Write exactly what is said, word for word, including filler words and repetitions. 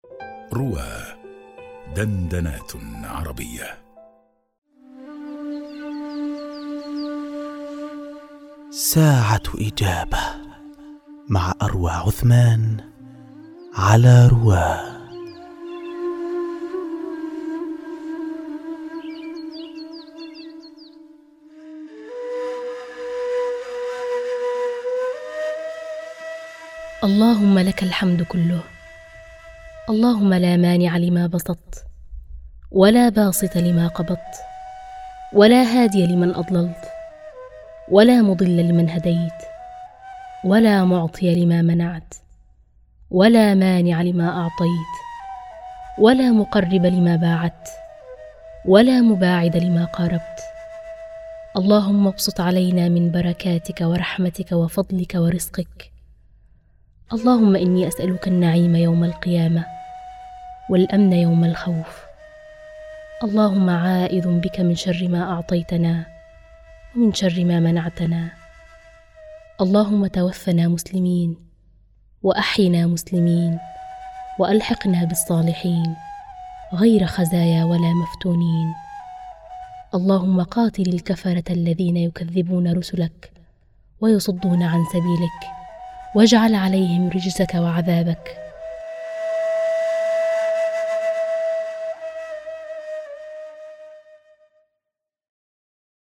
روى دندنات عربية. ساعة إجابة مع أروى عثمان على رواه. اللهم لك الحمد كله، اللهم لا مانع لما بسطت ولا باسط لما قبضت ولا هادي لمن أضللت ولا مضل لمن هديت ولا معطي لما منعت ولا مانع لما أعطيت ولا مقرب لما باعدت ولا مباعد لما قاربت. اللهم ابسط علينا من بركاتك ورحمتك وفضلك ورزقك. اللهم إني أسألك النعيم يوم القيامة والأمن يوم الخوف. اللهم عائذ بك من شر ما أعطيتنا ومن شر ما منعتنا. اللهم توفنا مسلمين وأحينا مسلمين وألحقنا بالصالحين غير خزايا ولا مفتونين. اللهم قاتل الكفرة الذين يكذبون رسلك ويصدون عن سبيلك، واجعل عليهم رجزك وعذابك